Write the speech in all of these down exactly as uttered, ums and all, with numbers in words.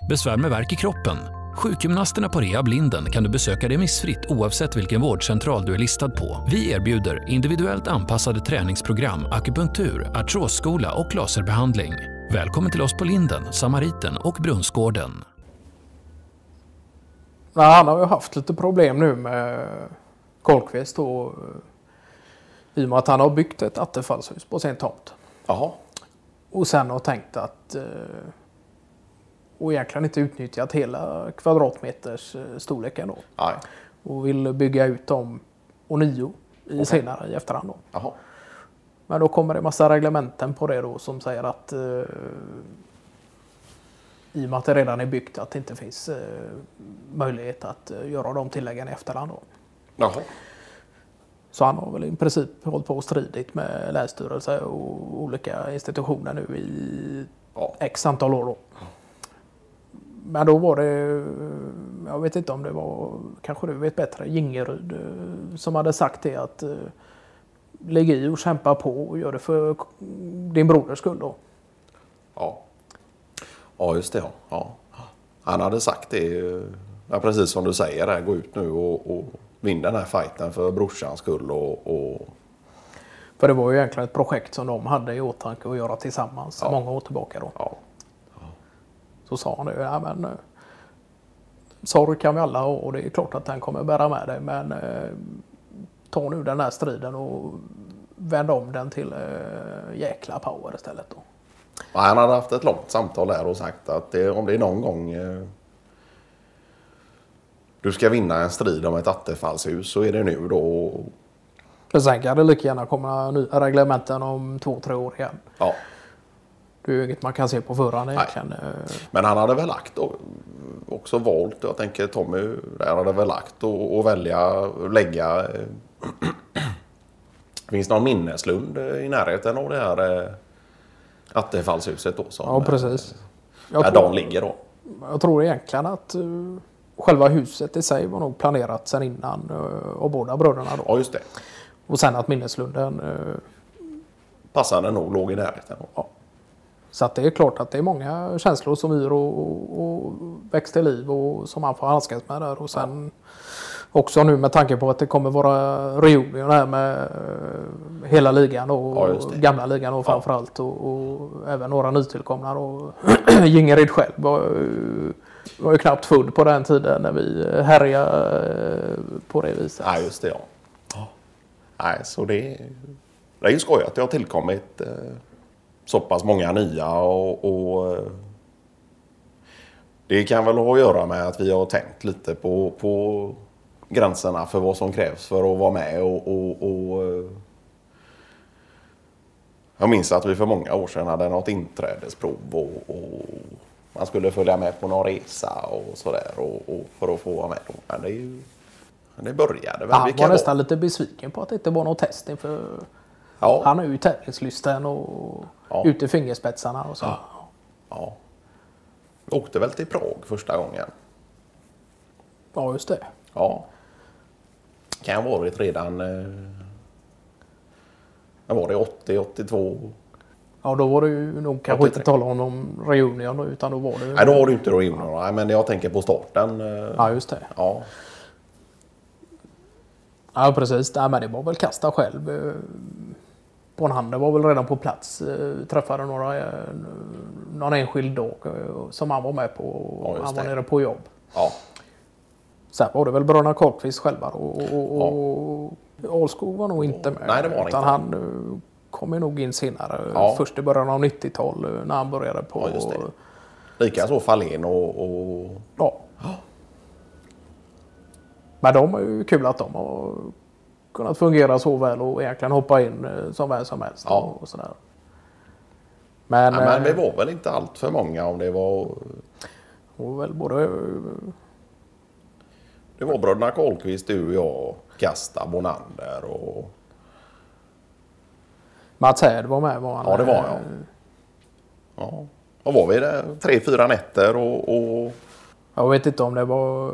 Besvär med värk i kroppen? Sjukgymnasterna på Rehab Linden kan du besöka remissfritt oavsett vilken vårdcentral du är listad på. Vi erbjuder individuellt anpassade träningsprogram, akupunktur, artrosskola och laserbehandling. Välkommen till oss på Linden, Samariten och Brunnsgården. Nej, han har ju haft lite problem nu med Karlqvist och i och med att han har byggt ett attefallshus på sin tomt. Jaha. Och sen har tänkt att och egentligen inte utnyttjat hela kvadratmeters storleken då. Nej. Och vill bygga ut dem och nio i Okay. senare i efterhand då. Jaha. Men då kommer det massa reglementen på det då som säger att eh, i och med att det redan är byggt att det inte finns eh, möjlighet att eh, göra de tilläggen i efterhand då. Jaha. Så han har väl i princip hållit på och stridit med länsstyrelse och olika institutioner nu i Ja. x antal år då. Men då var det, jag vet inte om det var, kanske du vet bättre, Gingeryd som hade sagt det att lägg i och kämpa på och gör det för din broders skull då. Ja. Ja, just det. Ja. Ja. Han hade sagt det, ja, precis som du säger, där, gå ut nu och, och vinna den här fighten för brorsans skull. Och, och... För det var ju egentligen ett projekt som de hade i åtanke att göra tillsammans ja. många år tillbaka då. Ja. Så sa han det, ja men sorg kan vi alla ha och det är klart att den kommer bära med dig, men eh, ta nu den här striden och vänd om den till eh, jäkla power istället då. Ja, han hade haft ett långt samtal där och sagt att det, om det är någon gång eh, du ska vinna en strid om ett attefallshus så är det nu då. Men sen kan det lika gärna komma nya reglementen om två, tre år igen. Ja. Det är ju inget man kan se på förhand egentligen. Men han hade väl lagt och också valt, jag tänker Tommy, där hade väl lagt och, och välja, lägga. Finns det någon minneslund i närheten av det här attefallshuset då? Som, ja, precis. Jag där tror, de ligger då. Jag tror egentligen att uh, själva huset i sig var nog planerat sedan innan uh, av båda bröderna då. Ja, just det. Och sen att minneslunden uh, passande nog låg i närheten. Ja. Så att det är klart att det är många känslor som yr och, och, och växt till liv och som man får handskas med där. Och sen ja. också nu med tanke på att det kommer vara reunion här med uh, hela ligan och ja, gamla ligan och framförallt ja. och, och även några nytillkomna. Och Gingeryd själv var, uh, var ju knappt född på den tiden när vi härjade uh, på det viset. Ja, just det, ja. ja. Nej, så det, det är ju skoj att det har tillkommit uh, så pass många nya och, och det kan väl ha att göra med att vi har tänkt lite på, på gränserna för vad som krävs för att vara med och, och, och jag minns att vi för många år sedan hade något inträdesprov och, och man skulle följa med på någon resa och sådär och, och för att få vara med. Men det, är ju, det började väl. Han var nästan lite besviken på att det inte var något test inför. Ja. Han är ju tävlingslysten och ja. ute i fingerspetsarna och så. Ja. ja. Jag åkte väl till Prag första gången. Ja, just det. Ja. Kan ha varit redan eh, var det åttio, åttiotvå. Ja, då var det ju nog kanske inte tala om någon reunion utan då var det ju... Nej, då var det inte reunion. Nej, men jag tänker på starten. Eh, ja, just det. Ja. Ja, precis. Nej, men det var väl kasta själv. På en hand, det var väl redan på plats. Träffade några, någon enskild dag som han var med på. Ja, han var nere på jobb. Ja. Sen var det väl bröderna Karlqvist själva. Och, och, och ja. Ålskog var nog inte med. Nej, det var utan inte. Han kom ju nog in senare. Ja. Först i början av nittiotal när han började på... Ja, just det. Lika så Fahlén och... och... Ja. ja. Men de är ju kul att de har kunnat fungera så väl och egentligen hoppa in som väl som helst. Ja. Och sådär. Men, ja, men det var väl inte allt för många om det var... Och väl både... Det var bröderna Karlqvist, du, jag, Kasta, Bonander och... Mats Härd var med, var han? Ja, det var jag. Ja. Och var vi där tre, fyra nätter och, och... Jag vet inte om det var...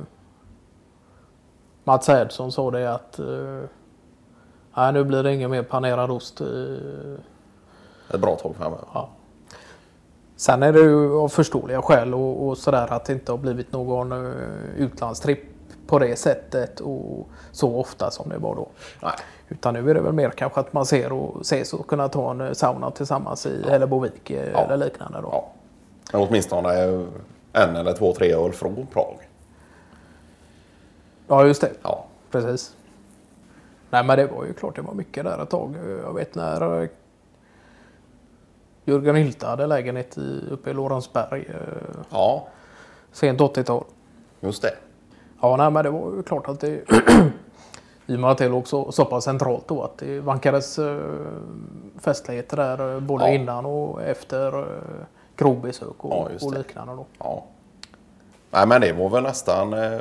Mats Härd som sa det att... Nej, nu blir det ingen mer panerad ost. Ett bra tag framöver. Ja. Sen är det ju av förståeliga skäl och, och sådär att det inte har blivit någon uh, utlandstripp på det sättet och så ofta som det var då. Nej. Utan nu är det väl mer kanske att man ser och ses och kunna ta en sauna tillsammans i ja. Hällebovik ja. eller liknande då. Ja. Men åtminstone en eller två, tre öl från Prag. Ja, just det. Ja. Precis. Nej, men det var ju klart det var mycket där ett tag. Jag vet när Jörgen Hylta hade lägenhet i, uppe i Lorensberg. Ja. Sent åttiotal. Just det. Ja, nej, men det var ju klart att det i och med att det låg så, så pass centralt då att det vankades uh, festligheter där både ja. innan och efter uh, krogbesök och, ja, och liknande då. Ja. Nej, men det var väl nästan uh,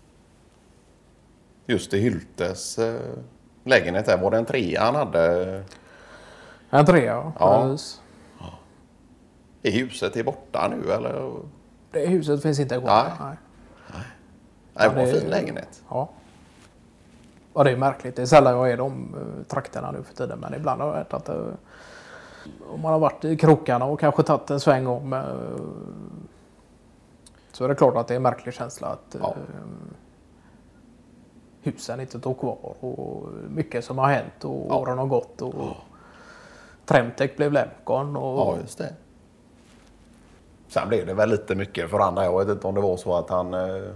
just i Hyltes uh, lägenhet där. Var det en trea han hade? En trea, ja. Precis. Ja. Är huset är borta nu eller? Det huset finns inte kvar. Nej. Nej. Nej, det var en fin lägenhet. Ja. Ja, det är märkligt. Det är sällan jag är i de uh, trakterna nu för tiden. Men ibland har jag hört att uh, om man har varit i krokarna och kanske tagit en sväng om uh, så är det klart att det är en märklig känsla att uh, ja. husen inte tog kvar och mycket som har hänt och ja. åren har gått och ja. Tremtek blev Lemcon och ja, just det. Sen blev det väl lite mycket för andra. Jag vet inte om det var så att han uh,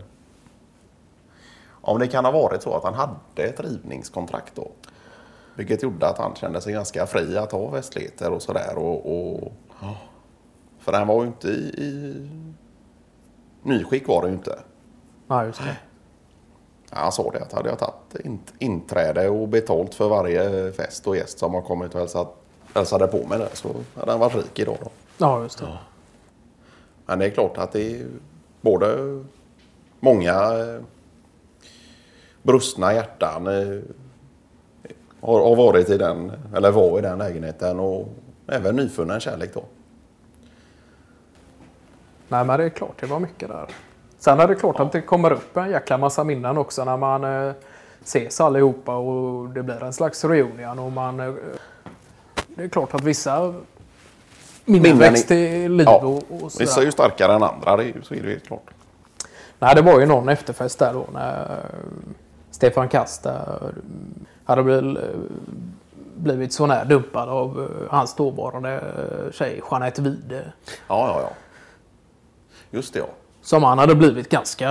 om det kan ha varit så att han hade ett rivningskontrakt då. Vilket gjorde att han kände sig ganska fri att ha festligheter och sådär. Och, och, för han var ju inte i, i nyskick var det ju inte. Nej, just det. Ja, han sa det att hade jag tagit inträde och betalt för varje fest och gäst som har kommit och hälsat, hälsade på med det så hade han varit rik idag då. Ja, just det. Ja. Men det är klart att det är både många brustna hjärtan eh, har, har varit i den, eller var i den lägenheten och även nyfunnen kärlek då. Nej, men det är klart, det var mycket där. Sen är det klart ja. att det kommer upp en jäkla massa minnen också när man eh, ses allihopa och det blir en slags reunion och man eh, det är klart att vissa minnen växt i liv ja, och, och sådär. Vissa är ju starkare än andra, det är, så är det helt klart. Nej, det var ju någon efterfest där då när Stefan Kasta hade blivit så när dumpad av hans dåvarande tjej Jeanette Wide. Ja, ja, ja. Just det, ja. Som han hade blivit ganska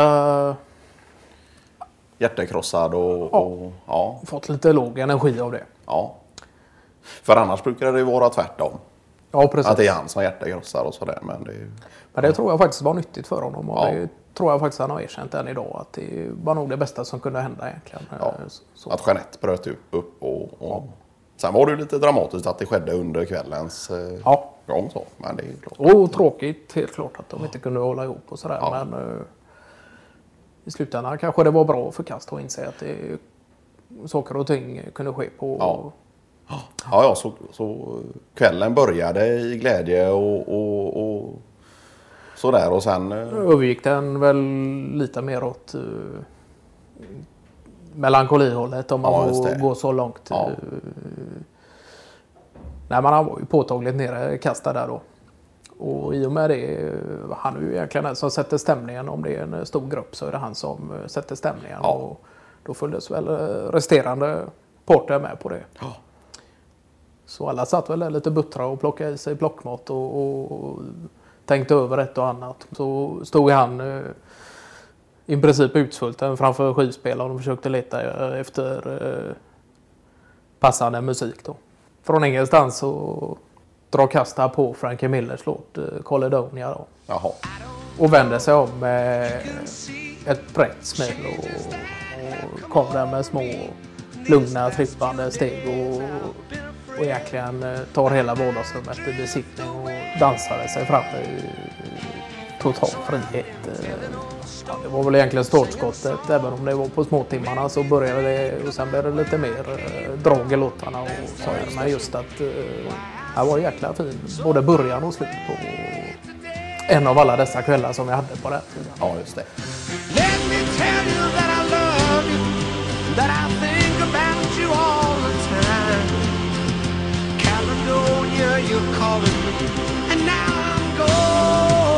hjärtekrossad och ja, och, ja. fått lite låg energi av det. Ja. För annars brukar det vara tvärtom. Ja, precis. Att det är han som hjärtekrossar och sådär. Men det, men det ja. tror jag faktiskt var nyttigt för honom. Och ja. det tror jag faktiskt han har erkänt än idag. Att det var nog det bästa som kunde hända egentligen. Ja. Så. Att Jeanette bröt upp och... och ja. Sen var det ju lite dramatiskt att det skedde under kvällens eh, ja. gång. Så. Men det är klart. Och tråkigt, helt klart, att de inte kunde hålla ihop och sådär. Ja. Men eh, i slutändan kanske det var bra för Kast att inse att det, saker och ting kunde ske på... Ja. Ja, ja så, så kvällen började i glädje och, och, och sådär och sen... Övergick den väl lite mer åt uh, melankolihållet om man ja, får gå så långt. Ja. Uh, nej, man var ju påtagligt nere kastad där då. Och i och med det, han är ju egentligen den som sätter stämningen. Om det är en stor grupp så är det han som sätter stämningen. Ja. Och då följdes väl resterande parter med på det. Ja. Så alla satt väl lite buttra och plockade i sig plockmat och, och, och tänkte över ett och annat. Så stod han eh, i princip utsvulten framför skivspelaren och försökte leta efter eh, passande musik då. Från ingenstans så drar Kasta på Frankie Millers låt eh, Caledonia då. Jaha. Och vände sig om med ett brett smil och, och kom där med små lugna trippande steg och och egentligen tar hela vardagsrummet i besiktning och dansade sig fram i total frihet. Ja, det var väl egentligen startskottet, även om det var på småtimmarna så började det och sen blev det lite mer drag i låtarna och så här. Men just att det var jäkla fin både början och slut på en av alla dessa kvällar som jag hade på den tiden. Ja, just det. Let me tell you that I love you, that I think about you all the time. Caledonia, you're calling me, and now I'm go.